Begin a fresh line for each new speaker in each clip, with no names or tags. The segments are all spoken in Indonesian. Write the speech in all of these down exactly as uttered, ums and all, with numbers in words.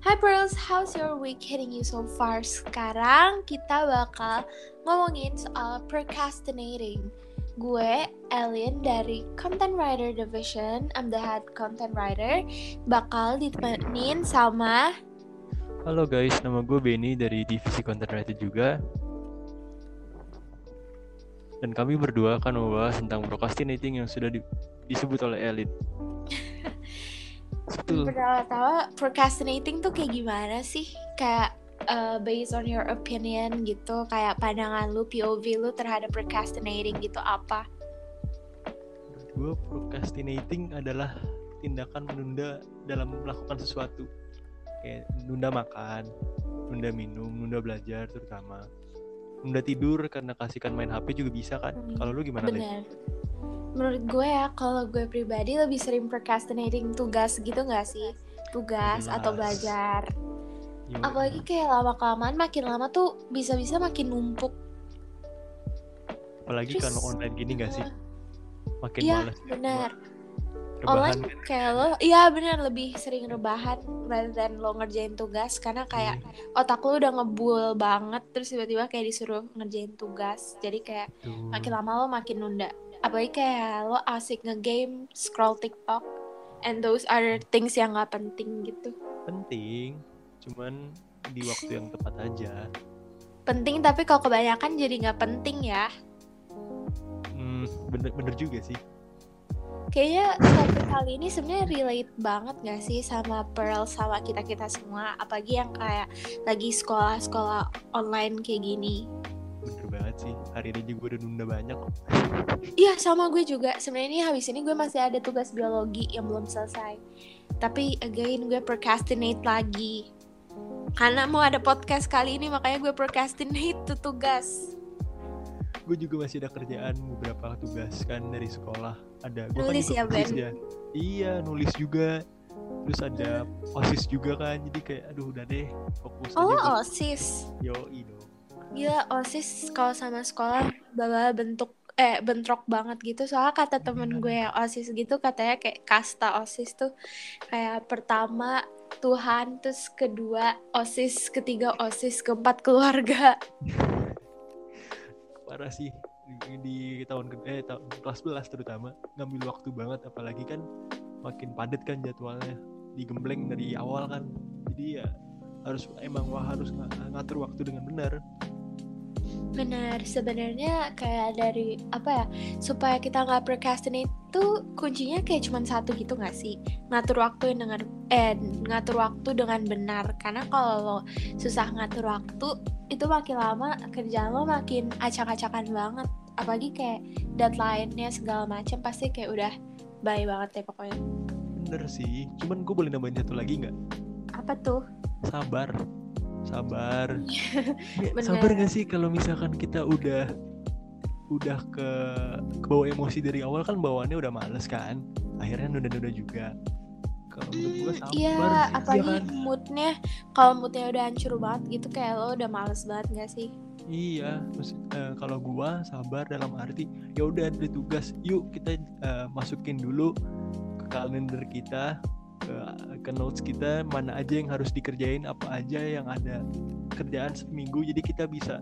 Hi Pearls, how's your week hitting you so far? Sekarang kita bakal ngomongin soal procrastinating. Gue, Elin dari Content Writer Division, I'm the head content writer, bakal ditemenin sama...
Halo guys, nama gue Benny dari divisi Content Writer juga. Dan kami berdua akan membahas tentang procrastinating yang sudah di- disebut oleh Elin. Betul.
Pertama-tama, procrastinating tuh kayak gimana sih? Kayak uh, based on your opinion gitu, kayak pandangan lu, P O V lu terhadap procrastinating gitu apa?
Menurut gue procrastinating adalah tindakan menunda dalam melakukan sesuatu. Kayak nunda makan, nunda minum, nunda belajar terutama. Nunda tidur karena kasihkan main H P juga bisa kan? Hmm, kalau lu gimana, Lin?
Bener. Menurut gue ya, kalau gue pribadi lebih sering procrastinating tugas gitu gak sih? Tugas
Jelas.
atau belajar.
Yo.
Apalagi kayak lama-kelamaan makin lama tuh bisa-bisa makin numpuk.
Apalagi
Terus,
kalau online gini gak sih? Makin
iya,
males.
Iya benar.
Rebahan
Online
kan?
kayak lo, iya benar lebih sering rebahan rather than lo ngerjain tugas. Karena kayak hmm. otak lo udah ngebul banget, terus tiba-tiba kayak disuruh ngerjain tugas. Jadi kayak Tuh. makin lama lo makin nunda. Apalagi kayak lo asik nge-game, scroll TikTok, and those other things yang gak penting gitu.
Penting, cuman di waktu yang tepat aja.
Penting tapi kalau kebanyakan jadi gak penting ya.
Hmm, bener-bener juga sih.
Kayaknya topik kali ini sebenarnya relate banget gak sih sama Pearl, sama kita-kita semua. Apalagi yang kayak lagi sekolah-sekolah online kayak gini.
Bener banget sih, hari ini juga udah nunda banyak kok.
Iya sama gue juga, sebenarnya ini habis ini gue masih ada tugas biologi yang belum selesai. Tapi again gue procrastinate lagi. Karena mau ada podcast kali ini makanya gue procrastinate tuh tugas.
Gue juga masih ada kerjaan beberapa tugas kan dari sekolah. Ada gue
nulis
kan
ya Ben?
Ya. Iya nulis juga. Terus ada OSIS juga kan, jadi kayak aduh udah deh fokus
oh,
aja.
Oh OSIS?
Yoi dong.
Gila OSIS kalau sama sekolah bawa bentuk eh bentrok banget gitu. Soalnya kata temen gue yang OSIS gitu katanya kayak kasta OSIS tuh kayak pertama Tuhan, terus kedua OSIS, ketiga OSIS, keempat keluarga.
Parah sih di, di tahun eh tahun kelas sebelas terutama ngambil waktu banget, apalagi kan makin padat kan jadwalnya, digembleng dari awal kan. Jadi ya harus emang wah harus ng- ngatur waktu dengan benar.
Benar, sebenarnya kayak dari apa ya, supaya kita nggak procrastinate tuh kuncinya kayak cuma satu gitu nggak sih? Ngatur waktu dengan eh ngatur waktu dengan benar. Karena kalau lo susah ngatur waktu, itu makin lama kerjaan lo makin acak-acakan banget. Apalagi kayak deadline-nya segala macam pasti kayak udah bye banget ya pokoknya.
Bener sih, cuman gue boleh nambahin satu lagi nggak?
Apa tuh?
Sabar. Sabar. Sabar gak sih kalau misalkan kita udah udah ke kebawa emosi dari awal kan, bawaannya udah males kan, akhirnya nunda-nunda juga. Kalau menurut gue sabar.
Iya, apalagi ya kan? moodnya kalau moodnya udah hancur banget gitu kayak lo udah males banget gak sih?
Iya, maksud, uh, kalau gue sabar dalam arti ya udah ada tugas, yuk kita uh, masukin dulu ke kalender kita, ke, ke notes kita mana aja yang harus dikerjain, apa aja yang ada kerjaan seminggu, jadi kita bisa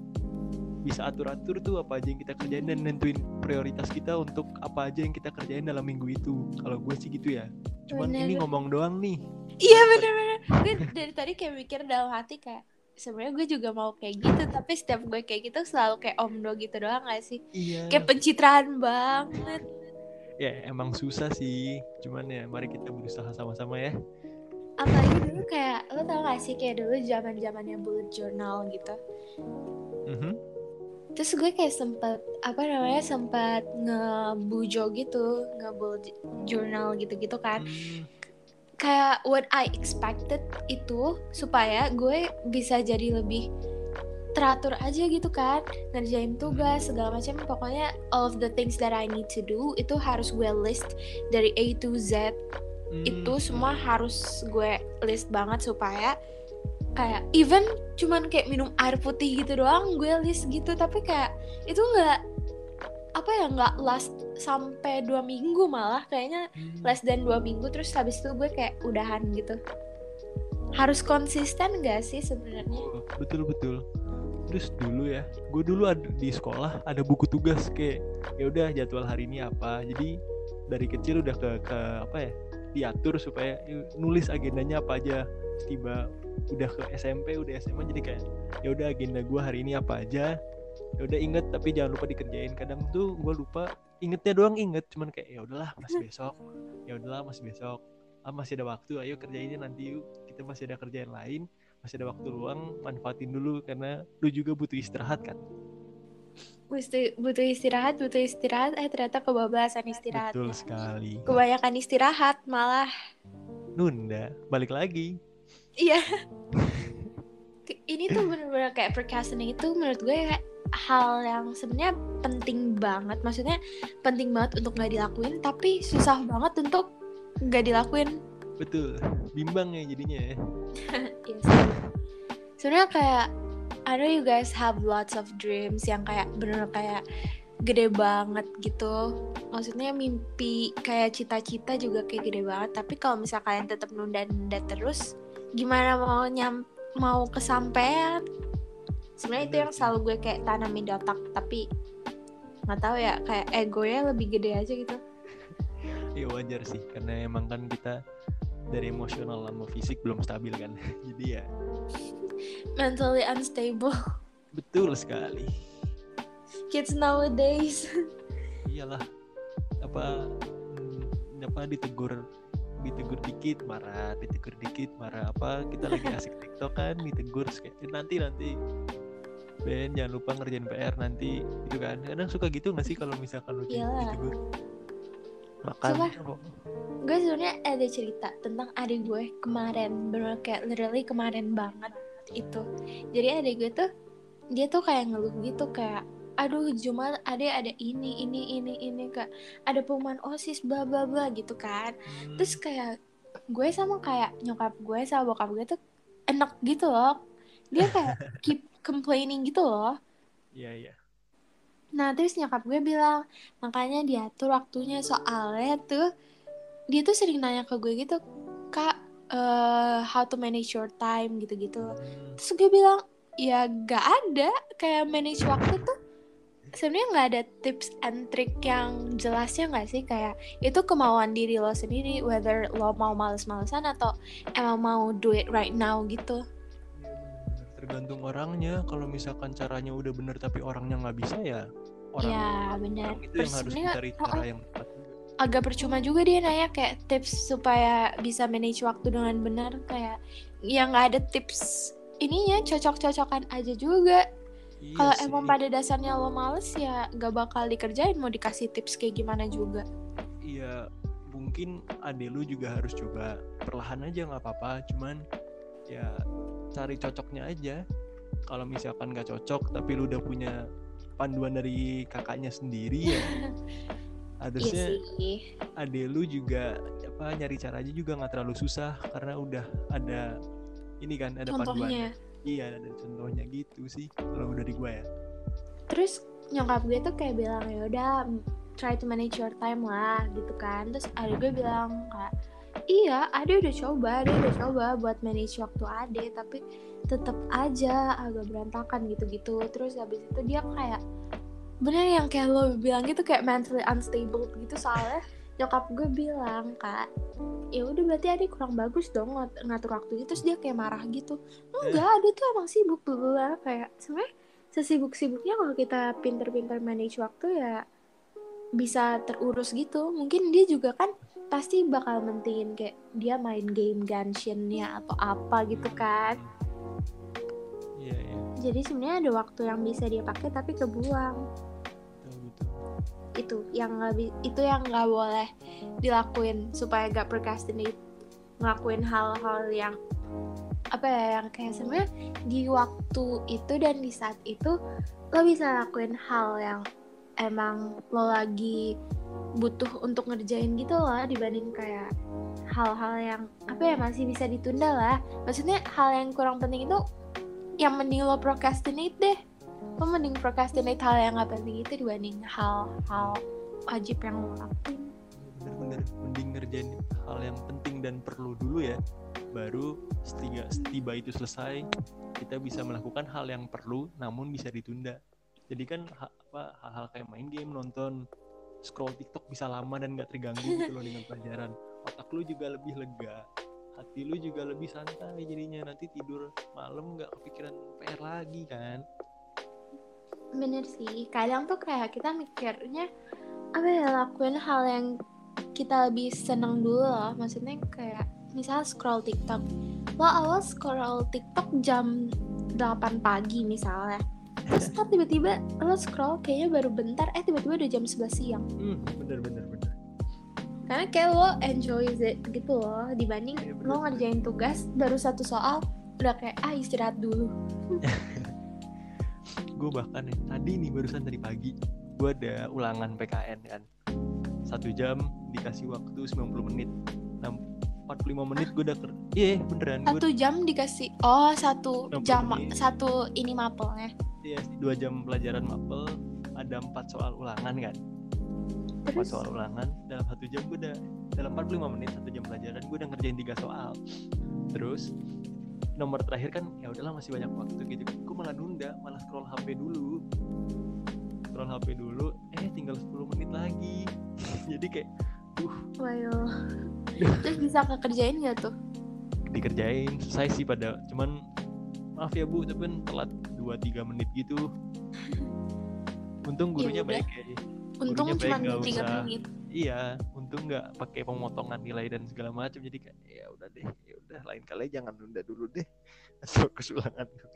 bisa atur-atur tuh apa aja yang kita kerjain dan nentuin prioritas kita untuk apa aja yang kita kerjain dalam minggu itu. Kalau gue sih gitu ya. Cuman bener. Ini ngomong doang nih.
Iya bener-bener. Gue dari tadi kayak mikir dalam hati kayak sebenarnya gue juga mau kayak gitu, tapi setiap gue kayak gitu selalu kayak omdo gitu doang gak sih? Iya. Kayak pencitraan banget.
Ya emang susah sih, cuman ya mari kita berusaha sama-sama ya.
Apalagi dulu kayak, lo tau gak sih kayak dulu zaman-zamannya bullet journal gitu. Mm-hmm. Terus gue kayak sempet apa namanya sempet ngebujo gitu, ngebullet journal gitu-gitu kan. Mm. Kayak what I expected itu supaya gue bisa jadi lebih teratur aja gitu kan, ngerjain tugas segala macam, pokoknya all of the things that I need to do itu harus gue list dari A to Z. Hmm. Itu semua harus gue list banget supaya kayak even cuman kayak minum air putih gitu doang gue list gitu, tapi kayak itu nggak apa ya nggak last sampai dua minggu, malah kayaknya less than dua minggu terus habis itu gue kayak udahan gitu. harus konsisten gak sih sebenarnya?
Oh, betul betul. Terus dulu ya, gue dulu ada di sekolah ada buku tugas kayak ya udah jadwal hari ini apa. Jadi dari kecil udah ke ke apa ya diatur supaya nulis agendanya apa aja. Tiba udah ke S M P udah S M A jadi kayak ya udah agenda gue hari ini apa aja. Ya udah inget tapi jangan lupa dikerjain. Kadang tuh gue lupa, ingetnya doang inget cuman kayak ya udahlah masih besok. Ya udahlah masih besok. Ah masih ada waktu, ayo kerjainnya nanti yuk. Kita masih ada kerjaan lain, masih ada waktu luang, manfaatin dulu karena lu juga butuh istirahat kan.
Butuh, butuh istirahat, butuh istirahat, eh ternyata kebablasan istirahat.
Betul sekali.
Kebanyakan istirahat malah
nunda, balik lagi.
Iya. Ini tuh bener-bener kayak procrastinating itu menurut gue kayak hal yang sebenarnya penting banget. Maksudnya penting banget untuk gak dilakuin, tapi susah banget untuk gak dilakuin.
Betul, bimbang ya jadinya ya.
Yes. Sebenarnya kayak I know you guys have lots of dreams yang kayak bener kayak gede banget gitu. Maksudnya mimpi kayak cita-cita juga kayak gede banget. Tapi kalau misalnya kalian tetap nunda-nunda terus, gimana mau nyam mau kesampaian? Sebenarnya itu yang selalu gue kayak tanamin di otak. Tapi nggak tahu ya, kayak egonya lebih gede aja gitu.
Iya wajar sih, karena emang kan kita dari emosional sama fisik belum stabil kan. Jadi ya
mentally unstable.
Betul sekali.
Kids nowadays.
Iyalah. Apa apa ditegur ditegur dikit marah, ditegur dikit marah. Apa kita lagi asik TikTok kan ditegur kayak nanti nanti Ben jangan lupa ngerjain P R nanti gitu kan. Kadang suka gitu nggak sih kalau misalkan lu ditegur makan.
Coba, gue sebenarnya ada cerita tentang adik gue kemarin, bener kayak literally kemarin banget itu. Jadi adik gue tuh dia tuh kayak ngeluh gitu kayak aduh Jumat adek ada ini ini ini ini kayak ada pengumuman OSIS bla bla bla gitu kan. Hmm. Terus kayak gue sama kayak nyokap gue sama bokap gue tuh enak gitu loh. Dia kayak keep complaining gitu loh.
Iya yeah, iya. Yeah.
Nah terus nyokap gue bilang makanya diatur waktunya, soalnya tuh dia tuh sering nanya ke gue gitu, Kak uh, how to manage your time gitu-gitu. Terus gue bilang ya gak ada kayak manage waktu tuh sebenarnya nggak ada tips and trick yang jelasnya nggak sih, kayak itu kemauan diri lo sendiri whether lo mau males-malesan atau emang mau do it right now gitu.
Tergantung orangnya. Kalau misalkan caranya udah bener tapi orangnya nggak bisa ya orang
ya benar
itu yang harus mencari cara oh, yang tepat.
Agak percuma juga dia nanya kayak tips supaya bisa manage waktu dengan benar, kayak yang nggak ada tips ininya, cocok-cocokan aja juga. Iya kalau emang pada dasarnya lo males ya gak bakal dikerjain, mau dikasih tips kayak gimana juga.
Iya mungkin adek lu juga harus coba perlahan aja nggak apa-apa, cuman ya cari cocoknya aja. Kalau misalkan nggak cocok tapi lu udah punya panduan dari kakaknya sendiri ya harusnya
iya
adek lu juga apa nyari cara aja juga nggak terlalu susah karena udah ada ini kan ada
contohnya.
Panduannya. Iya ada contohnya gitu sih kalau dari gue ya.
Terus nyokap gue tuh kayak bilang ya udah try to manage your time lah gitu kan. Terus adik gue bilang kayak iya adik udah coba adik udah coba buat manage waktu adik tapi tetap aja agak berantakan gitu-gitu. Terus habis itu dia kayak bener yang kayak lo bilang gitu kayak mentally unstable gitu, soalnya nyokap gue bilang kak ya udah berarti adik kurang bagus dong ng- ngatur waktu itu. Terus dia kayak marah gitu, enggak ada tuh emang sibuk dulu lah, kayak sebenarnya sesibuk-sibuknya kalau kita pinter-pinter manage waktu ya bisa terurus gitu. Mungkin dia juga kan pasti bakal mentingin kayak dia main game Genshin-nya atau apa gitu kan.
Iya, iya.
Jadi sebenarnya ada waktu yang bisa dia pakai tapi kebuang. Itu yang nggak itu yang nggak boleh dilakuin supaya gak procrastinate, ngelakuin hal-hal yang apa ya yang kayak sebenarnya di waktu itu dan di saat itu lo bisa lakuin hal yang emang lo lagi butuh untuk ngerjain gitu loh, dibanding kayak hal-hal yang apa ya masih bisa ditunda lah. Maksudnya hal yang kurang penting itu yang mending lo procrastinate deh. Lo mending procrastinate hal yang gak penting itu dibanding hal-hal wajib yang lo lakuin.
Bener-bener mending ngerjain hal yang penting dan perlu dulu ya. baru setiga, setiba itu selesai kita bisa melakukan hal yang perlu namun bisa ditunda. Jadi kan ha, apa, hal-hal kayak main game, nonton, scroll TikTok bisa lama dan gak terganggu gitu loh dengan pelajaran. Otak lu juga lebih lega, hati lu juga lebih santai jadinya, nanti tidur malam gak kepikiran P R lagi kan.
Bener sih, kadang tuh kayak kita mikirnya apa ya, lakuin hal yang kita lebih seneng dulu loh. Maksudnya kayak misal scroll TikTok, lo awal scroll TikTok jam delapan pagi misalnya, terus kan tiba-tiba lo scroll kayaknya baru bentar, eh tiba-tiba udah jam sebelas siang.
Hmm, bener bener bener.
Karena kayak lo enjoy it gitu loh, dibanding
Ya, bener,
lo ngerjain bener. Tugas baru satu soal udah kayak ah istirahat dulu.
Gue bahkan ya, tadi nih barusan dari pagi gue ada ulangan P K N kan, satu jam dikasih waktu sembilan puluh menit, empat puluh lima menit gue udah ker... iya yeah, beneran
satu
gua...
jam dikasih oh satu jam
menit.
Satu ini mapelnya
iya yeah, dua jam pelajaran mapel, ada empat soal ulangan kan. Empat soal ulangan dalam satu jam gue udah, dalam empat puluh lima menit satu jam pelajaran gue udah ngerjain tiga soal. Terus nomor terakhir kan ya udahlah masih banyak waktu gitu, gue malah nunda, malah scroll H P dulu scroll H P dulu eh tinggal sepuluh menit lagi. Jadi kayak uh
wayo. Terus bisa kekerjain gak tuh?
Dikerjain, selesai sih pada, cuman maaf ya Bu, tapi telat dua tiga menit gitu. Untung gurunya ya baik ya.
Untung cuma tiga menit.
Iya, untung nggak pakai pemotongan nilai dan segala macam. Jadi kayak ya udah deh, ya udah lain kali jangan nunda dulu deh. Fokus ulangan dulu.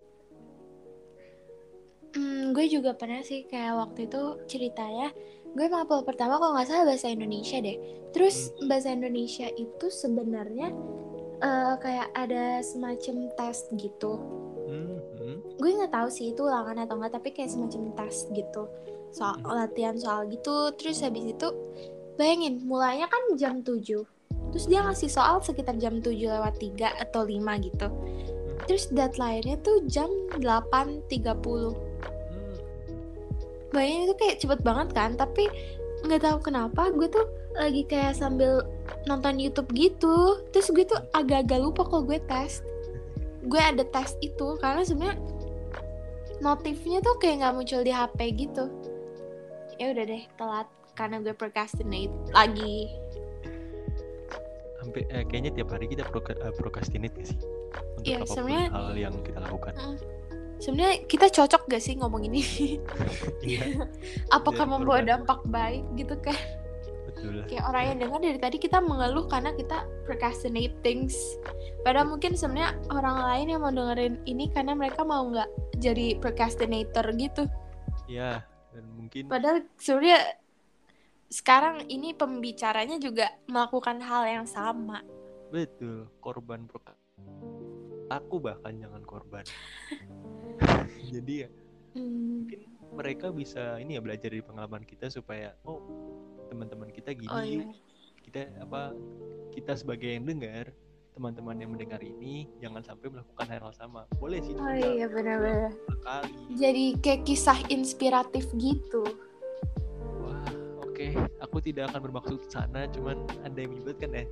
Hmm, gue juga pernah sih kayak waktu itu ceritanya, gue mapel pertama kalau nggak salah bahasa Indonesia deh. Terus hmm. bahasa Indonesia itu sebenarnya uh, kayak ada semacam tes gitu. Hmm. Hmm. Gue nggak tahu sih itu ulangan atau nggak, tapi kayak semacam tes gitu. Soal hmm. latihan soal gitu. Terus habis itu bayangin mulainya kan jam tujuh. Terus dia ngasih soal sekitar jam tujuh lewat tiga atau lima gitu. Terus deadline-nya tuh jam delapan tiga puluh. Bayangin itu kayak cepet banget kan, tapi nggak tahu kenapa gue tuh lagi kayak sambil nonton YouTube gitu, terus gue tuh agak-agak lupa kalau gue tes, gue ada tes itu karena sebenarnya notifnya tuh kayak nggak muncul di H P gitu. Ya udah deh telat karena gue procrastinate lagi.
Sampai eh, kayaknya tiap hari kita pro- uh, procrastinate gak sih untuk
ya,
apapun hal yang kita lakukan. Uh,
Sebenarnya kita cocok gak sih ngomong ini?
Iya.
Apakah membawa dampak baik gitu kan?
Betul.
Kayak orang yang dengar dari tadi kita mengeluh karena kita procrastinate things. Padahal mungkin sebenarnya orang lain yang mau dengerin ini karena mereka mau nggak jadi procrastinator gitu.
Iya. Dan mungkin.
Padahal sebenarnya sekarang ini pembicaranya juga melakukan hal yang sama.
Betul. Korban procrastinate. Aku bahkan jangan korban. Jadi ya hmm. mungkin mereka bisa ini ya belajar dari pengalaman kita supaya oh teman-teman kita gini, oh, iya. kita apa kita sebagai yang dengar, teman-teman yang mendengar ini jangan sampai melakukan hal sama. Boleh sih.
Oh iya benar-benar. Jadi kayak kisah inspiratif gitu.
Wah oke, okay. Aku tidak akan bermaksud sana, cuman ada yang menyebutkan ya.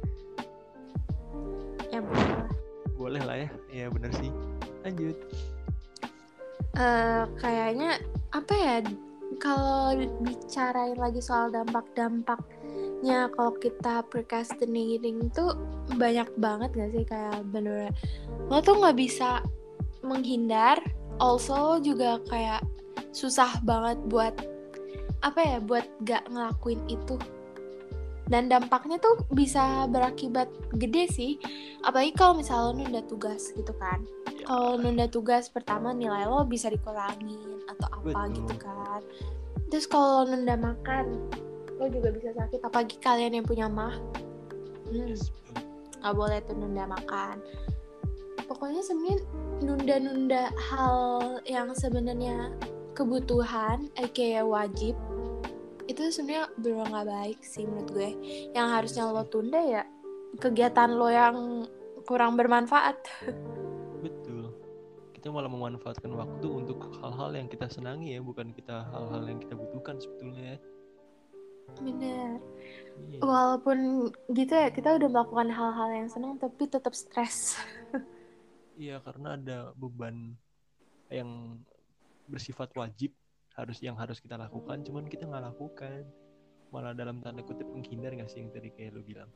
Ya boleh.
Boleh lah ya, ya benar sih. Lanjut.
Uh, kayaknya apa ya, kalau bicarain lagi soal dampak-dampaknya kalau kita procrastinating tuh banyak banget gak sih, kayak bener lo tuh nggak bisa menghindar, also juga kayak susah banget buat apa ya, buat gak ngelakuin itu. Dan dampaknya tuh bisa berakibat gede sih, apalagi kalau misalnya lo nunda tugas gitu kan. Kalau nunda tugas pertama nilai lo bisa dikurangin atau apa. Betul. Gitu kan. Terus kalau nunda makan lo juga bisa sakit, apalagi kalian yang punya mah. Hmm, yes. Gak boleh tuh nunda makan. Pokoknya sebenarnya nunda-nunda hal yang sebenarnya kebutuhan, eh, kayak wajib, itu sebenarnya bener nggak baik sih menurut gue. Yang harusnya lo tunda ya kegiatan lo yang kurang bermanfaat.
Betul. Kita malah memanfaatkan waktu untuk hal-hal yang kita senangi ya, bukan kita hal-hal yang kita butuhkan sebetulnya.
Bener.
Iya.
Walaupun gitu ya, kita udah melakukan hal-hal yang senang tapi tetap stres.
Iya, karena ada beban yang bersifat wajib harus yang harus kita lakukan, cuman kita nggak lakukan, malah dalam tanda kutip menghindar nggak sih yang tadi kayak lo bilang.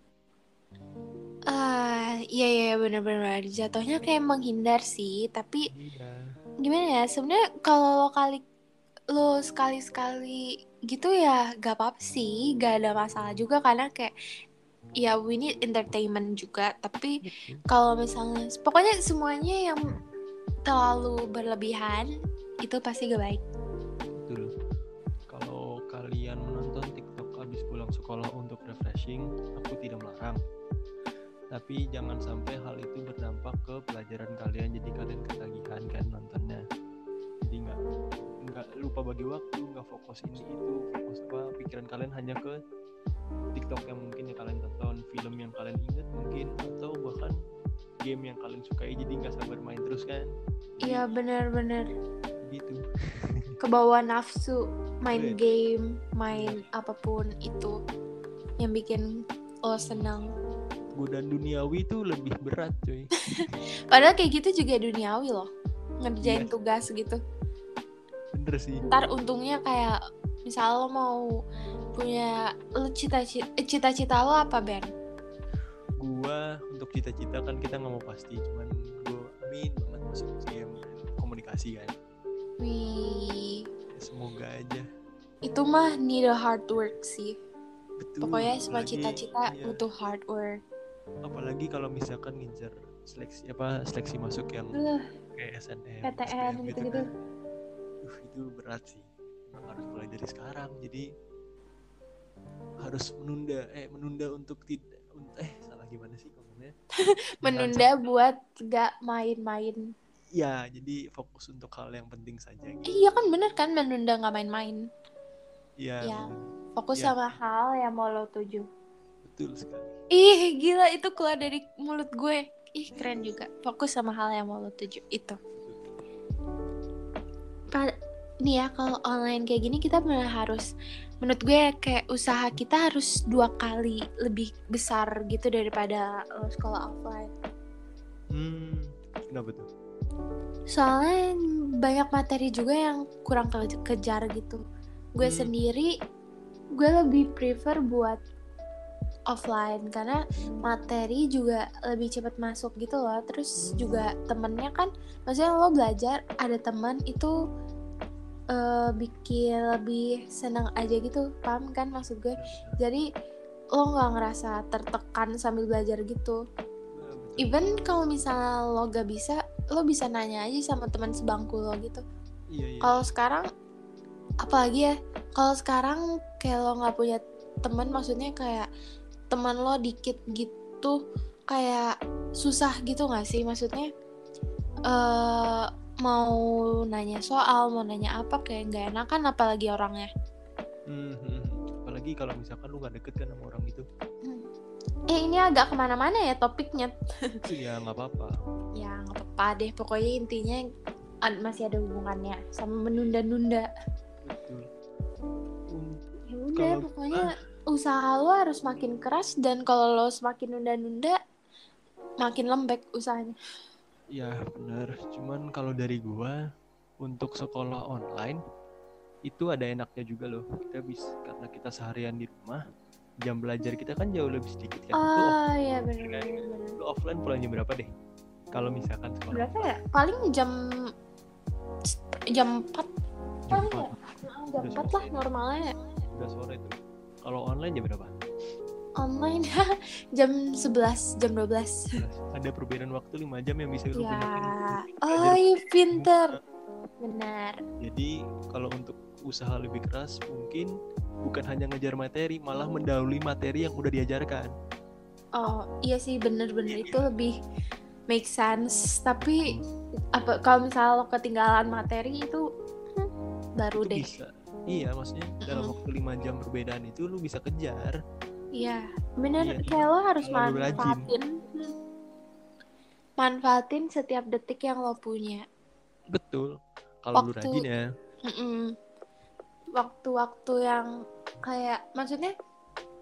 Ah, iya iya benar-benar jatuhnya kayak menghindar sih, tapi
Iya.
gimana ya? Sebenarnya kalau lo kali lo sekali-sekali gitu ya gak apa-apa sih, gak ada masalah juga karena kayak ya we need entertainment juga, tapi
Betul.
kalau misalnya pokoknya semuanya yang terlalu berlebihan itu pasti gak baik.
Betul. Kalau kalian menonton TikTok habis pulang sekolah untuk refreshing, aku tidak melarang. Tapi jangan sampai hal itu berdampak ke pelajaran kalian, jadi kalian ketagihan kan nontonnya. Jadi nggak nggak lupa bagi waktu, nggak fokus ini itu, fokus apa pikiran kalian hanya ke TikTok yang mungkin yang kalian tonton, film yang kalian ingat mungkin, atau bahkan game yang kalian sukai, jadi nggak sabar main terus kan.
Iya benar-benar
Gitu.
kebawa nafsu main
Betul.
game, main apapun itu yang bikin lo senang.
Godaan duniawi itu lebih berat cuy.
Padahal kayak gitu juga duniawi loh, ngerjain
Yes.
tugas gitu.
Bener sih.
Ntar untungnya kayak misal lo mau punya lo cita-cita cita-cita lo apa Ben?
Gua untuk cita-cita kan kita nggak mau pasti, cuman gue amin banget masuk game komunikasi kan.
Wih,
Semoga aja.
itu mah need a hard work sih.
Betul.
Pokoknya semua
Apalagi,
cita-cita
iya.
butuh hard work.
Apalagi kalau misalkan ngincer seleksi apa seleksi masuk yang
Uh,
kayak S N M,
P T N
S B M gitu
gitu-gitu.
kan. Uh, itu berat sih. Memang harus mulai dari sekarang. Jadi harus menunda eh menunda untuk tidak eh salah gimana sih ngomongnya?
Menunda buat gak main-main.
Ya, jadi fokus untuk hal yang penting saja gitu.
Iya kan bener kan, menunda gak main-main.
Iya.
Ya, fokus
Ya.
sama hal yang mau lo tuju.
Betul sekali.
Ih gila, itu keluar dari mulut gue. Ih keren juga, fokus sama hal yang mau lo tuju. Itu Pa- nih ya, kalau online kayak gini kita malah harus, menurut gue kayak usaha kita harus dua kali lebih besar gitu daripada lo sekolah offline.
Hmm, kenapa tuh?
Soalnya banyak materi juga yang kurang ke- kejar gitu. Gue
Hmm.
sendiri, gue lebih prefer buat offline karena materi juga lebih cepat masuk gitu loh. Terus juga temennya kan, maksudnya lo belajar ada teman itu uh, bikin lebih senang aja gitu, paham kan maksud gue? Jadi lo nggak ngerasa tertekan sambil belajar gitu. Even kalau misalnya lo gak bisa, lo bisa nanya aja sama teman sebangku lo gitu.
Iya, iya.
Kalau sekarang, apalagi ya, kalau sekarang kayak lo nggak punya teman, maksudnya kayak teman lo dikit gitu, kayak susah gitu nggak sih? Maksudnya uh, mau nanya soal, mau nanya apa kayak nggak enakan, apalagi orangnya.
Hmm, hmm. Apalagi kalau misalkan lu nggak deket kan sama orang itu.
Hmm. Eh ini agak kemana-mana ya topiknya.
Iya nggak apa-apa.
Ya nggak apa-apa deh, pokoknya intinya ad- masih ada hubungannya sama menunda-nunda.
Betul. Um,
Ya udah
kalau
pokoknya
ah,
usaha lo harus makin keras, dan kalau lo semakin nunda-nunda makin lembek usahanya.
ya benar. Cuman kalau dari gua untuk sekolah online itu ada enaknya juga loh. Kita bisa karena kita seharian di rumah, jam belajar kita kan jauh lebih sedikit kan.
Oh iya benar-benar.
Lu offline pulang jam berapa deh? Kalau misalkan sekolah
Berapa ya? Paling jam jam empat.
jam
Paling
empat.
ya? Jam empat lah normalnya.
Udah sore tuh. Kalau online jam berapa?
Online jam sebelas, jam dua belas.
Ada perbedaan waktu lima jam yang bisa lu
Ya.
gunakan.
Oh iya pinter. Benar.
Jadi kalau untuk usaha lebih keras mungkin bukan hanya ngejar materi, malah mendahului materi yang udah diajarkan.
Oh iya sih, bener-bener itu lebih make sense. Tapi apa kalau misalnya lo ketinggalan materi itu hmm, baru
Itu
deh.
bisa. Iya, maksudnya dalam waktu lima jam perbedaan itu lu bisa kejar.
Iya, bener.
Iya,
Kayak lo harus
kalau lu rajin.
manfaatin, hmm, manfaatin setiap detik yang lo punya.
Betul. Kalau lu
Waktu,
rajin ya.
mm-mm, waktu-waktu yang kayak, maksudnya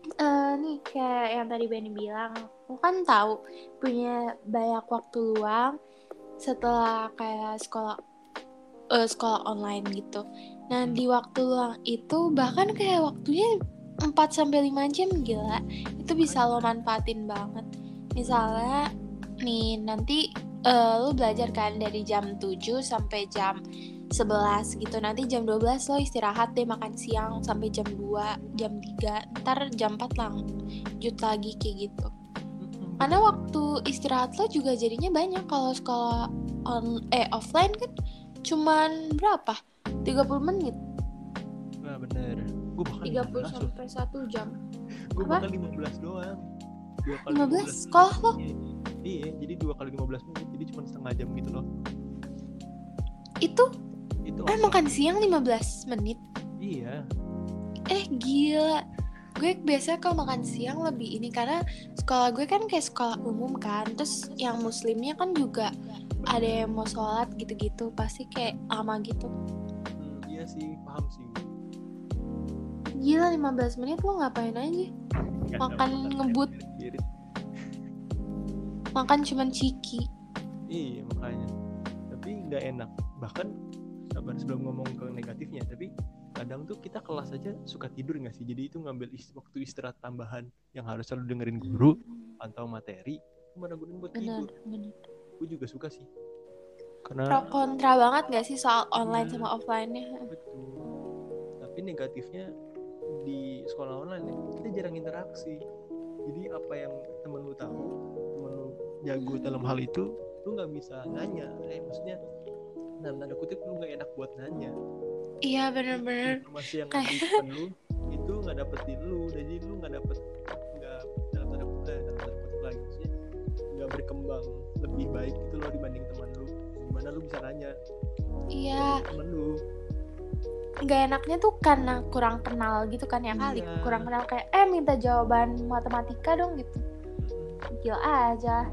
uh, nih kayak yang tadi Benny bilang, aku kan tahu punya banyak waktu luang setelah kayak sekolah uh, sekolah online gitu. Nah, di waktu luang itu bahkan kayak waktunya empat sampai lima jam, gila. Itu bisa lo manfaatin banget. Misalnya nih nanti uh, lo belajar kan dari jam tujuh sampai jam sebelas gitu. Nanti jam dua belas lo istirahat deh, makan siang sampai jam dua, jam tiga. Ntar jam empat lanjut lagi kayak gitu. Karena waktu istirahat lo juga jadinya banyak. Kalau sekolah on eh offline kan cuman berapa? tiga puluh menit.
Nah, bener. Gue bahkan
tiga puluh sampai satu jam.
Gue bahkan lima belas doang. Dua kali
lima belas sekolah lo?
Iya, jadi dua kali lima belas menit. Jadi cuma setengah jam gitu loh.
Itu?
Itu
eh makan siang lima belas menit?
Iya.
Eh gila. Gue biasa kalau makan siang lebih ini karena sekolah gue kan kayak sekolah umum kan. Terus yang muslimnya kan juga ada yang mau sholat gitu-gitu. Pasti kayak lama gitu.
Hmm, iya sih, paham sih.
Gila lima belas menit lo ngapain aja? Gak makan ngebut. Makan cuman ciki.
Iya makanya. Tapi gak enak. Bahkan sabar sebelum ngomong ke negatifnya. Tapi kadang tuh kita kelas aja suka tidur gak sih? Jadi itu ngambil ist- waktu istirahat tambahan yang harus selalu dengerin guru atau materi, mana gunain buat
bener,
tidur.
Bener.
Gue juga suka sih. Karena
pro kontra banget gak sih soal online ya, sama offline-nya?
Betul. Tapi negatifnya di sekolah online ya, kita jarang interaksi. Jadi apa yang temen lu tahu, temen lu jago dalam hal itu, lu nggak bisa nanya. Eh maksudnya, nah tanda kutip lu nggak enak buat nanya.
Iya benar-benar.
Informasi yang ada di depan lu itu nggak dapet di lu, jadi lu nggak dapet, nggak dalam tanda kutip, dalam tanda kutip lagi maksudnya nggak berkembang lebih baik itu loh dibanding teman lu. Gimana lu bisa nanya?
Iya.
Temen lu.
Nggak enaknya tuh karena kurang kenal gitu kan ya kali. Iya. Kurang kenal kayak eh minta jawaban matematika dong gitu. Gila aja.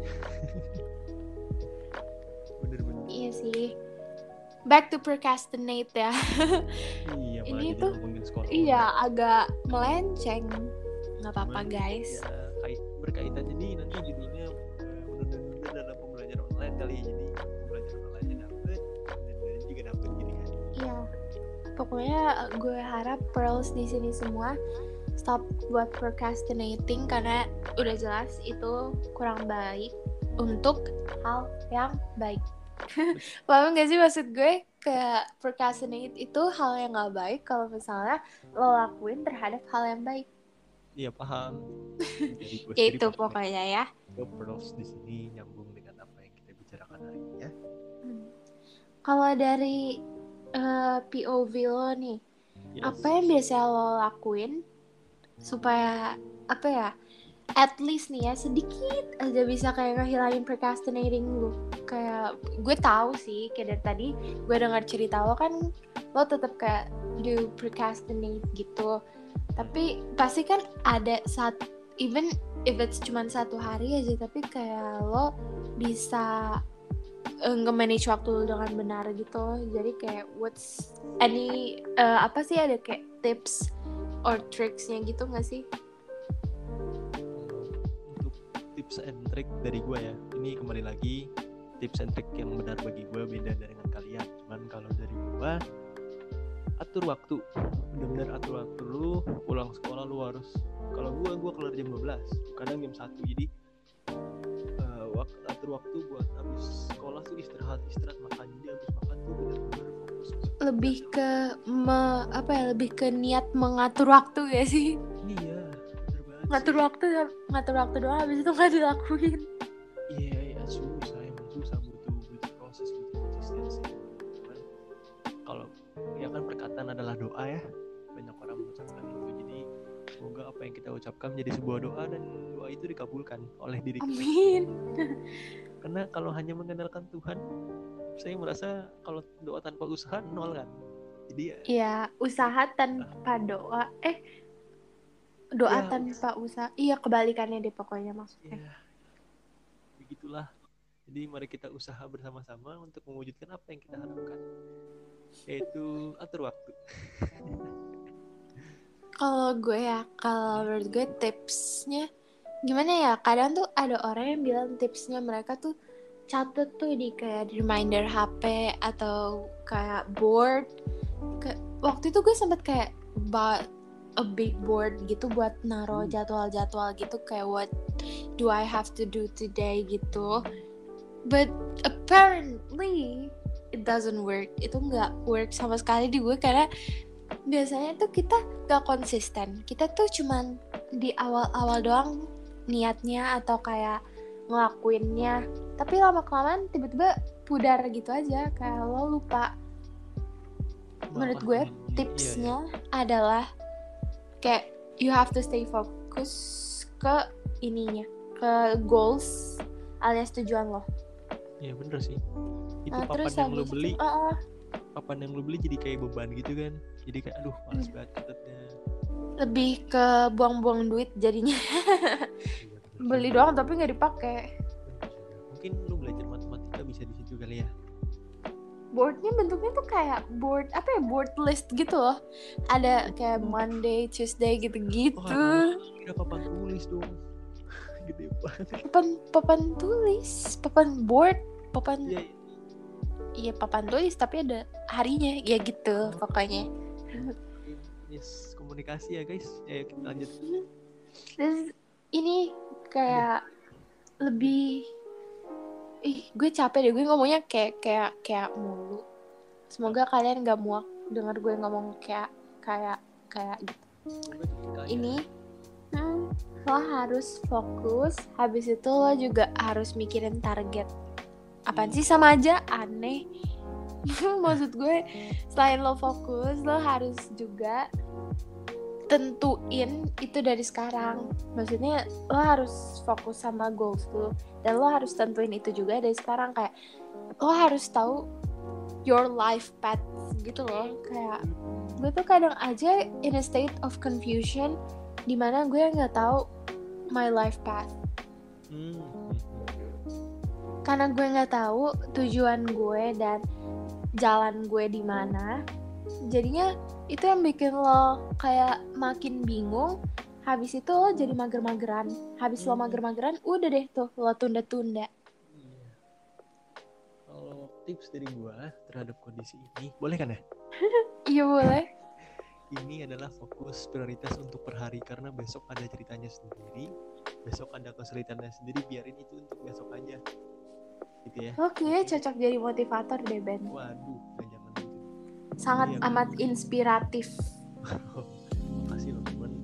Bener-bener.
Iya sih. Back to procrastinate ya.
Iya,
ini tuh iya online. Agak melenceng. Nggak apa-apa guys.
Ya, kait, berkaitan jadi nanti judulnya menunda-nunda dalam pembelajaran online kali ya. Jadi pembelajaran online dapet dan juga dapet gitu kan.
Iya. Pokoknya gue harap pearls di sini semua stop buat procrastinating karena udah jelas itu kurang baik untuk hal yang baik. Paham gak sih maksud gue? Kayak procrastinate itu hal yang gak baik kalau misalnya lo lakuin terhadap hal yang baik.
Iya paham.
Ya itu pokoknya ya.
Gue pearls di sini nyambung dengan apa yang kita bicarakan hari ini ya.
Hmm. Kalau dari uh, P O V lo nih, yes. Apa yang biasa lo lakuin supaya apa ya? At least nih ya sedikit aja bisa kayak ngehilangin procrastinating lu. Kayak gue tahu sih kayak dari tadi gue dengar cerita lo kan lo tetap kayak do procrastinate gitu. Tapi pasti kan ada saat even if it's cuma satu hari aja tapi kayak lo bisa uh, nge-manage waktu lo dengan benar gitu. Jadi kayak what's any uh, apa sih ada kayak tips or tricksnya gitu nggak sih?
Tips and trick dari gue ya, ini kembali lagi tips and trick yang benar bagi gue beda dengan kalian. Cuman kalau dari gue, atur waktu, benar-benar atur waktu lu. Pulang sekolah lu harus, kalau gue gue keluar jam dua belas, kadang jam satu. Jadi uh, waktu, atur waktu buat habis sekolah tuh istirahat istirahat makan. Jadi habis makan tuh benar-benar fokus.
Lebih ke me, apa ya lebih ke niat mengatur waktu ya sih.
Iya.
Ngatur waktu ngatur waktu doang habis itu nggak dilakuin.
Iya yeah, ya susah emang susah butuh butuh proses butuh konsistensi. Cuman kalau ya kan perkataan adalah doa ya, banyak orang mengucapkan itu. Jadi semoga apa yang kita ucapkan menjadi sebuah doa dan doa itu dikabulkan oleh diri kita.
Amin.
Karena kalau hanya mengandalkan Tuhan, saya merasa kalau doa tanpa usaha nol kan. Jadi ya.
Iya usaha tanpa doa eh doa ya, tanpa usaha. Iya kebalikannya deh pokoknya maksudnya.
Ya, begitulah. Jadi mari kita usaha bersama-sama untuk mewujudkan apa yang kita harapkan, yaitu atur waktu.
Kalau gue ya, kalau menurut gue tipsnya gimana ya? Kadang tuh ada orang yang bilang tipsnya mereka tuh catet tuh di kayak di reminder H P atau kayak board. Ke, waktu itu gue sempet kayak buat a big board gitu buat naro jadwal-jadwal gitu kayak what do I have to do today gitu. But apparently it doesn't work. Itu nggak work sama sekali di gue karena biasanya tuh kita gak konsisten. Kita tuh cuman di awal-awal doang niatnya atau kayak ngelakuinnya. Tapi lama-kelamaan tiba-tiba pudar gitu aja. Kayak lo lupa. Menurut gue tipsnya iya, iya. adalah kayak you have to stay fokus ke ininya. Ke goals alias tujuan lo.
Iya bener sih. Itu
nah,
papan yang lo beli.
Itu, uh,
papan yang lo beli jadi kayak beban gitu kan. Jadi kayak aduh malas banget catatnya.
Lebih ke buang-buang duit jadinya. Beli doang tapi nggak dipakai.
Mungkin lo belajar matematika bisa di situ kali ya.
Boardnya bentuknya tuh kayak board apa ya board list gitu loh. Ada kayak Monday, Tuesday gitu-gitu.
Oh, kira papan tulis dong. Gede banget.
Papan papan tulis, papan board, papan. Iya,
yeah.
Iya papan tulis tapi ada harinya ya gitu oh. Pokoknya.
Yes, komunikasi ya guys. Ya kita lanjut.
Terus ini kayak Aduh. lebih ih gue capek deh gue ngomongnya kayak kayak kayak mulu. Semoga kalian gak muak dengar gue ngomong kayak kayak kayak gitu. Ini hmm, lo harus fokus. Habis itu lo juga harus mikirin target. Apaan sih sama aja aneh. Maksud gue selain lo fokus lo harus juga tentuin itu dari sekarang. Maksudnya lo harus fokus sama goals lo dan lo harus tentuin itu juga dari sekarang. Kayak lo harus tahu your life path gitu loh. Kayak gue tuh kadang aja in a state of confusion dimana gue nggak tahu my life path. Hmm. Karena gue nggak tahu tujuan gue dan jalan gue di mana, jadinya itu yang bikin lo kayak makin bingung. Habis itu lo jadi mager-mageran. Habis lo mager-mageran, udah deh tuh lo tunda-tunda.
Iya. Kalau tips dari gue terhadap kondisi ini, boleh kan ya?
Iya boleh.
Ini adalah fokus prioritas untuk per hari karena besok ada ceritanya sendiri, besok ada kesulitannya sendiri. Biarin itu untuk besok aja. Gitu ya.
Oke, okay, cocok jadi motivator deh Ben.
Waduh, jangan gitu.
Sangat
ya,
amat kan? Inspiratif.
Makasih loh teman.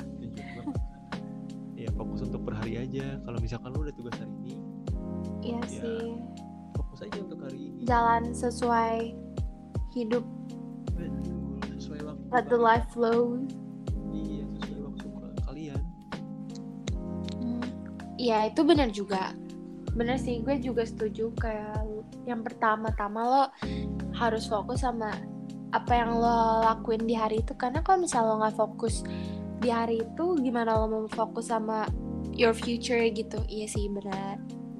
Ya fokus untuk per hari aja. Kalau misalkan lu udah tugas hari ini,
iya
ya,
sih.
Fokus aja untuk hari ini.
Jalan sesuai hidup.
Betul, sesuai waktu.
Let the life flow.
Iya, sesuai waktu kalian.
Hmm, iya itu benar juga. Bener sih, gue juga setuju. Kayak yang pertama-tama lo harus fokus sama apa yang lo lakuin di hari itu. Karena kalau misalnya lo gak fokus di hari itu, gimana lo mau fokus sama your future gitu. Iya sih, benar.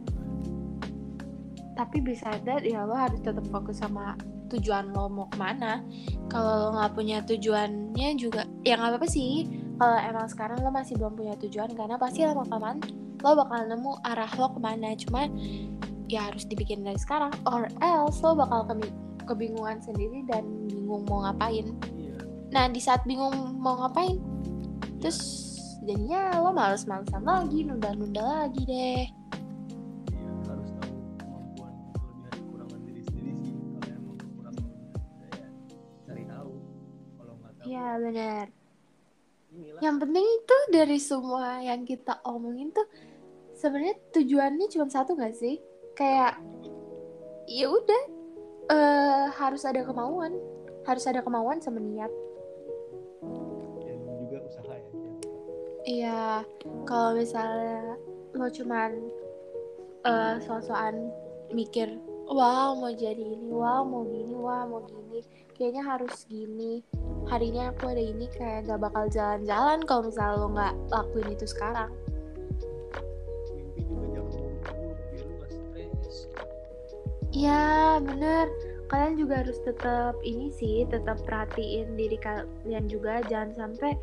Tapi bisa ada ya lo harus tetap fokus sama tujuan lo mau kemana. Kalau lo gak punya tujuannya juga, ya gak apa-apa sih. Kalau emang sekarang lo masih belum punya tujuan, karena pasti lama-kelamaan lo bakal nemu arah lo kemana. Cuma ya harus dibikin dari sekarang, or else lo bakal ke- kebingungan sendiri dan bingung mau ngapain. Iya. Nah di saat bingung mau ngapain, terus jadinya lo males-malesan lagi, nunda-nunda lagi deh.
Iya, harus tahu kemampuan kelebihan kekurangan diri sendiri sih. Kalau emang kurang ya cari tahu. Kalau nggak tahu
iya benar. Inilah. Yang penting itu dari semua yang kita omongin tuh sebenarnya tujuannya cuma satu nggak sih? Kayak ya udah uh, harus ada kemauan, harus ada kemauan sama niat.
Dan juga usaha ya.
Iya, kalau misalnya lo cuman uh, so-soan mikir, wow mau jadi ini, wow mau gini, wow mau gini, kayaknya harus gini. Harinya aku ada ini, kayak gak bakal jalan-jalan kalau misalnya lo gak lakuin itu sekarang.
Mimpi juga jangan ngomong biar lo gak stres.
Iya bener. Kalian juga harus tetap ini sih, tetap perhatiin diri kalian juga. Jangan sampai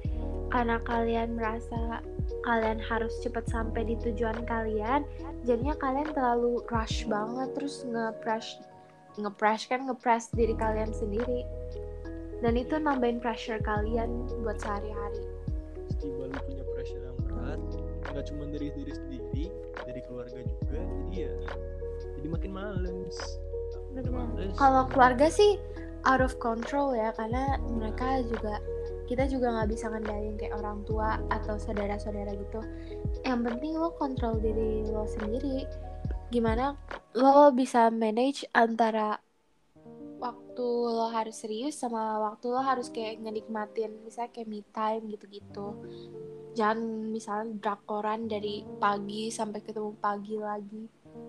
karena kalian merasa kalian harus cepat sampai di tujuan kalian, jadinya kalian terlalu rush banget, terus nge-press nge-press kan nge-press diri kalian sendiri, dan itu nambahin pressure kalian buat sehari-hari.
Setiba lu punya pressure yang berat, nggak cuma dari diri sendiri, dari keluarga juga, jadi ya jadi makin males.
Kalau keluarga sih out of control ya, karena mereka juga, kita juga nggak bisa ngendalin kayak orang tua atau saudara-saudara gitu. Yang penting lo kontrol diri lo sendiri, gimana lo bisa manage antara waktu lo harus serius sama waktu lo harus kayak ngenikmatin misalnya kayak me time gitu-gitu. Jangan misalnya drakoran dari pagi sampai ketemu pagi lagi.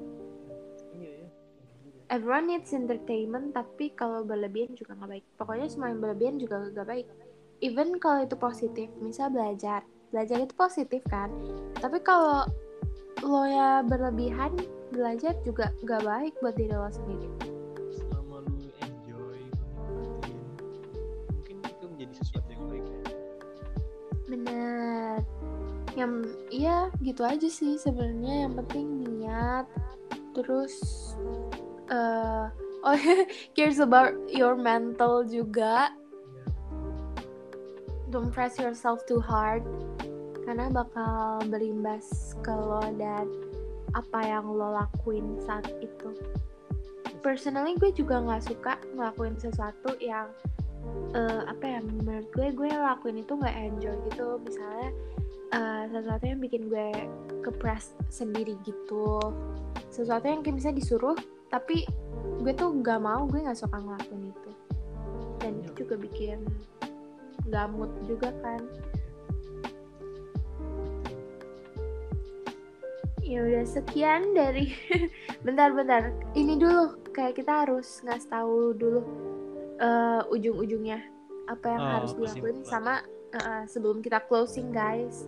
Everyone needs entertainment, tapi kalau berlebihan juga nggak baik. Pokoknya semua yang berlebihan juga nggak baik. Even kalau itu positif, misal belajar, belajar itu positif kan. Tapi kalau lo ya berlebihan, belajar juga nggak baik buat diri lo sendiri.
Selama lo enjoy, nikmatin, mungkin itu menjadi sesuatu yang baik ya.
Bener. Yang ya gitu aja sih sebenarnya. Yang penting niat, terus Uh, oh cares about your mental juga. Don't press yourself too hard, karena bakal berimbas ke lo dan apa yang lo lakuin saat itu. Personally gue juga nggak suka ngelakuin sesuatu yang uh, apa ya, menurut gue gue lakuin itu nggak enjoy gitu. Misalnya uh, sesuatu yang bikin gue ke-press sendiri gitu, sesuatu yang kayak bisa disuruh tapi gue tuh nggak mau, gue nggak suka ngelakuin itu, dan itu juga bikin nggak mood juga kan. Ya udah sekian dari bentar-bentar ini dulu, kayak kita harus ngasih tahu dulu uh, ujung-ujungnya apa yang
oh,
harus dilakuin sama uh, sebelum kita closing guys.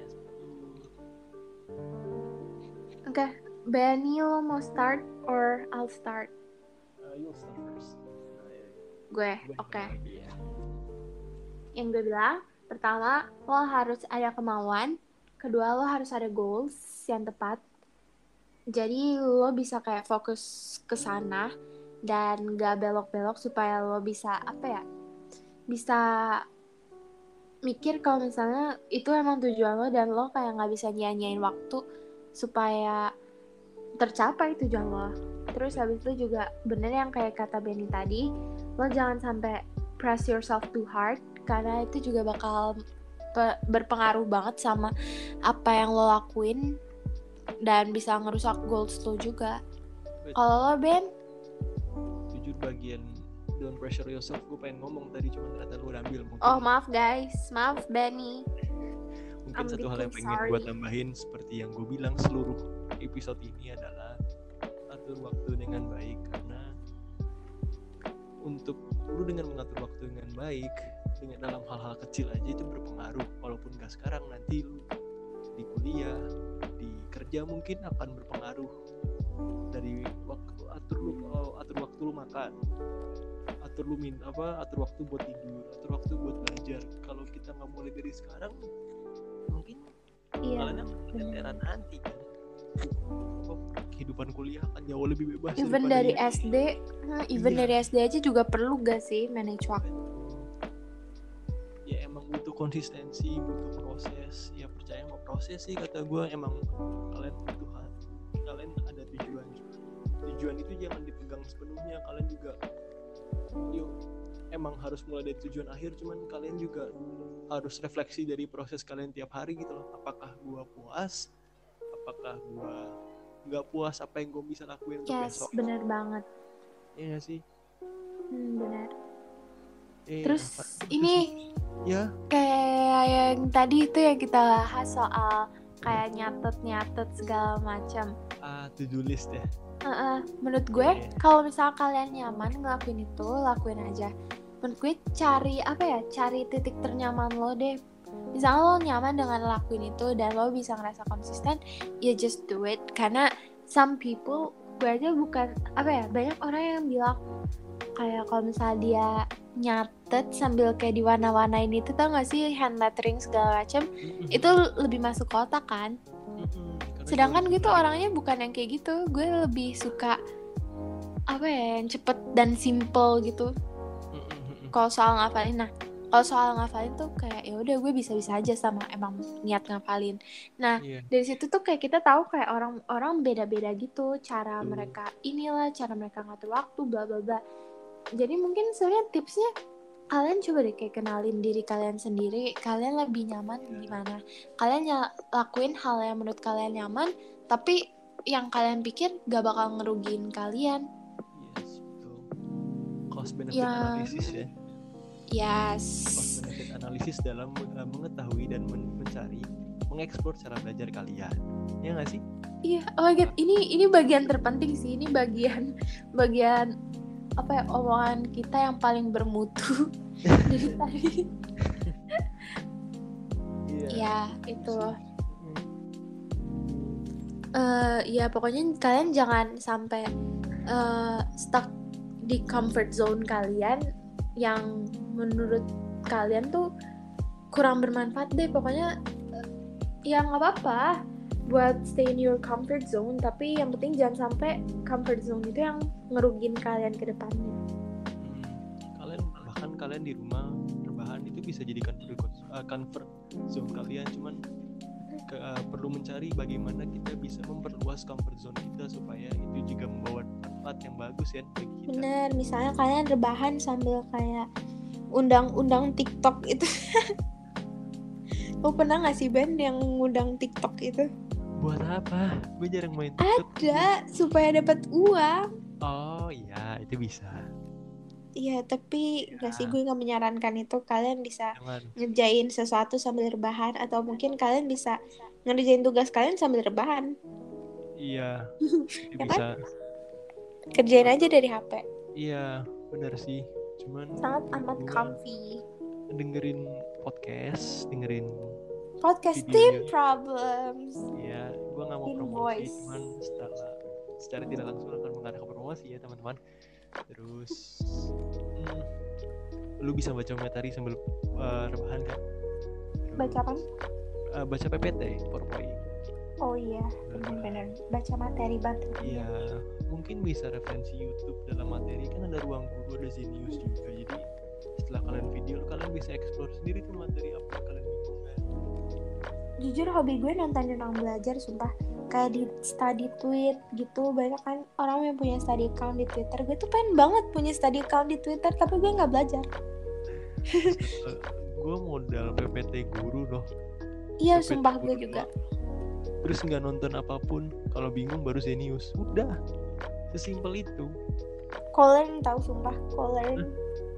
Oke, okay. Benny, lo mau start or I'll start?
Uh, you'll start first.
Gue, oke. Okay. Yang gue bilang, pertama, lo harus ada kemauan. Kedua, lo harus ada goals yang tepat. Jadi, lo bisa kayak fokus ke sana dan gak belok-belok supaya lo bisa, apa ya, bisa mikir kalau misalnya itu emang tujuan lo dan lo kayak gak bisa nyanyain waktu supaya tercapai tujuan lo. Terus habis itu juga bener yang kayak kata Benny tadi, lo jangan sampai press yourself too hard, karena itu juga bakal pe- berpengaruh banget sama apa yang lo lakuin dan bisa ngerusak goals lo juga. Kalau lo Ben?
Jujur bagian don't pressure yourself gue pengen ngomong tadi, cuma ternyata lo udah ambil mungkin.
Oh maaf guys, maaf Benny.
Mungkin I'm satu hal yang pengen gue tambahin seperti yang gue bilang seluruh episode ini adalah atur waktu dengan baik, karena untuk lu dengan mengatur waktu dengan baik dengan dalam hal-hal kecil aja itu berpengaruh. Walaupun gak sekarang, nanti lu di kuliah, di kerja mungkin akan berpengaruh. Dari waktu atur lu atur waktu lu makan, atur lu min apa atur waktu buat tidur, atur waktu buat belajar. Kalau kita nggak mulai dari sekarang, mungkin
iya,
kalian akan keteteran nanti kan. Kehidupan kuliah akan jauh lebih bebas.
Even dari S D, nah, even iya. dari S D aja juga perlu gak sih manage waktu?
Ya emang butuh konsistensi, butuh proses. Ya percaya sama proses sih kata gue. Emang kalian butuh, kalian ada tujuan. Tujuan itu jangan dipegang sepenuhnya. Kalian juga, yuk emang harus mulai dari tujuan akhir. Cuman kalian juga harus refleksi dari proses kalian tiap hari gitu loh. Apakah gue puas? Apakah gue nggak puas, apa yang gue bisa lakuin untuk
yes,
besok?
Yes, benar banget.
Iya gak sih?
Hmm, benar.
Eh,
Terus
apa?
ini
ya
kayak yang tadi itu yang kita bahas soal kayak nyatet-nyatet segala macam.
Ah, to-do list ya.
Uh-uh. Menurut gue, yeah. kalau misalnya kalian nyaman ngelakuin itu, lakuin aja. Menurut gue cari apa ya? Cari titik ternyaman lo deh. Misalnya lo nyaman dengan lakuin itu dan lo bisa ngerasa konsisten, ya just do it. Karena some people, gue aja bukan apa ya, banyak orang yang bilang kayak kalau misalnya dia nyatet sambil kayak diwarna-warnain itu, tau gak sih, hand lettering segala macem, mm-hmm. itu lebih masuk ke otak kan. Mm-hmm. Sedangkan gue tuh orangnya bukan yang kayak gitu, gue lebih suka apa ya, yang cepet dan simple gitu. Mm-hmm. Kalau soal ngafalin, nah kalau soal ngafalin tuh kayak ya udah gue bisa-bisa aja sama emang niat ngafalin. Nah yeah. dari situ tuh kayak kita tahu kayak orang-orang beda-beda gitu cara mm. mereka inilah, cara mereka ngatur waktu, bla bla bla. Jadi mungkin sebenarnya tipsnya kalian coba deh kayak kenalin diri kalian sendiri, kalian lebih nyaman gimana, kalian ny- lakuin hal yang menurut kalian nyaman tapi yang kalian pikir gak bakal ngerugiin kalian.
Yes, betul. Cost benefit ya. Analisis ya.
Yes.
Cost benefit analisis dalam uh, mengetahui dan men- mencari, mengeksplor cara belajar kalian. Ya nggak sih?
Iya. Oh my god, ini ini bagian terpenting sih. Ini bagian bagian apa ya, omongan kita yang paling bermutu dari tadi. Iya, ya, itu. Uh, ya pokoknya kalian jangan sampai uh, stuck di comfort zone kalian yang menurut kalian tuh kurang bermanfaat deh. Pokoknya uh, ya nggak apa-apa buat stay in your comfort zone, tapi yang penting jangan sampai comfort zone itu yang ngerugin kalian ke depannya.
Hmm, kalian bahkan kalian di rumah rebahan itu bisa jadi comfort, uh, comfort zone kalian, cuman ke, uh, perlu mencari bagaimana kita bisa memperluas comfort zone kita supaya itu juga membawa manfaat yang bagus ya bagi kita.
Bener, misalnya kalian rebahan sambil kayak undang-undang TikTok itu. Lo pernah gak sih Ben yang ngundang TikTok itu?
Buat apa? Gue jarang main TikTok.
Ada, supaya dapat uang.
Oh iya, itu bisa.
Iya, tapi ya. Gak sih, gue gak menyarankan itu. Kalian bisa
Jangan.
ngerjain sesuatu sambil rebahan, atau mungkin kalian bisa ngerjain tugas kalian sambil rebahan.
Iya, itu
ya
bisa.
Kan? Kerjain aja dari H P.
Iya, benar sih. Cuman
sangat amat comfy.
Dengerin podcast, dengerin
podcast Teen Problems.
Iya, gue nggak mau promosi, cuman secara secara tidak langsung akan mengarah ke promosi ya teman-teman. Terus, hmm, lu bisa baca materi sambil uh, rebahan kan? Terus,
baca apa?
Uh, baca P P T, PowerPoint.
Oh iya, benar-benar baca materi banget.
Iya, mungkin bisa referensi YouTube dalam materi, kan ada ruang guru, ada Zenius juga. Jadi setelah kalian video, kalian bisa explore sendiri tuh materi apa yang kalian bingung kan.
Jujur hobi gue nontonin orang belajar, sumpah. Kayak di study tweet gitu, banyak kan orang yang punya study account di Twitter. Gue tuh pengen banget punya study account di Twitter, tapi gue gak belajar.
Gue modal P P T guru loh.
Iya, sumpah gue juga.
Terus gak nonton apapun, kalau bingung baru Zenius. Udah, sesimpel itu.
Colern tahu sumpah, Colern.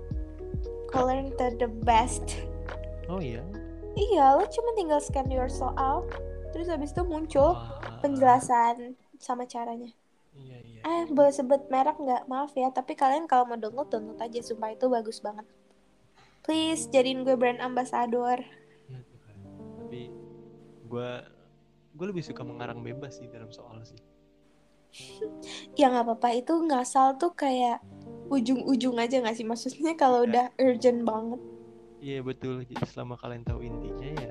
Colern to the best.
Oh iya?
Iya, lo cuma tinggal scan your soal, terus habis itu muncul Wah. penjelasan sama caranya.
Iya, iya.
Eh, boleh sebut merek nggak? Maaf ya, tapi kalian kalau mau download, download aja. Sumpah itu bagus banget. Please, jadiin gue brand ambassador.
Ya, tapi gue gue lebih suka mengarang bebas sih dalam soal sih.
Ya nggak apa-apa, itu ngasal tuh kayak ujung-ujung aja nggak sih, maksudnya kalau ya. Udah urgent banget.
Iya betul, jadi selama kalian tahu intinya ya.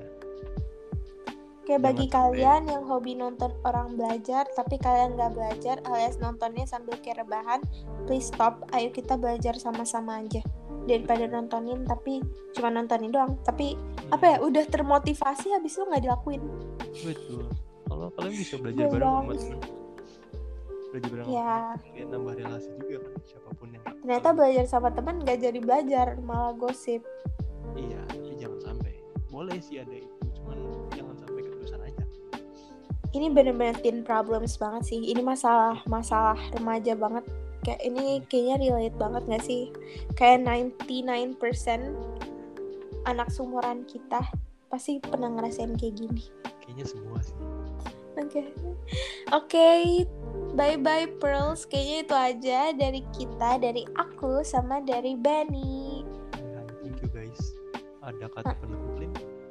Kayak bagi kalian sampai... yang hobi nonton orang belajar tapi kalian nggak belajar alias nontonnya sambil kayak rebahan, please stop. Ayo kita belajar sama-sama aja daripada nontonin tapi cuma nontonin doang. Tapi hmm. apa ya, udah termotivasi habis itu nggak dilakuin.
Betul. Kalau kalian bisa belajar bareng sama teman, belajar bareng
ya.
Kalian nambah relasi juga kan, siapapun yang.
Ternyata belajar sama teman nggak jadi belajar, malah gosip.
Iya, tapi jangan sampai. Boleh sih ada itu, cuman jangan sampai keterusan aja.
Ini bener-bener teen problems banget sih. Ini masalah masalah remaja banget. Kayak ini kayaknya relate banget nggak sih? Kayak ninety-nine percent anak seumuran kita pasti pernah ngerasain kayak gini.
Kayaknya semua sih.
Oke, okay. oke, okay. Bye bye Pearls. Kayaknya itu aja dari kita, dari aku sama dari Benny.
Thank you guys. Ada kata ah. penutup lain?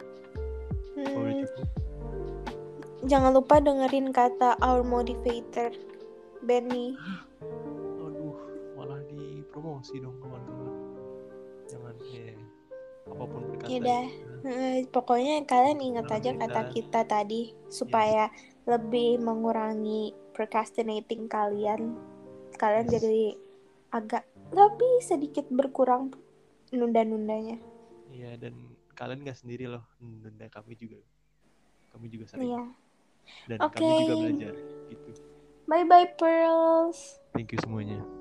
Hmm. Jangan lupa dengerin kata our motivator, Benny.
Aduh, malah dipromosi dong kawan-kawan. Yeah. Apapun berkata.
Yaudah, uh, pokoknya kalian ingat aja kita. kata kita tadi supaya yes. lebih mengurangi procrastinating kalian. Kalian yes. jadi agak lebih sedikit berkurang nunda-nundanya.
Iya, dan kalian gak sendiri loh, nunda kami juga. Kami juga sering. Iya. Dan okay. kami juga belajar gitu.
Bye bye pearls.
Thank you semuanya.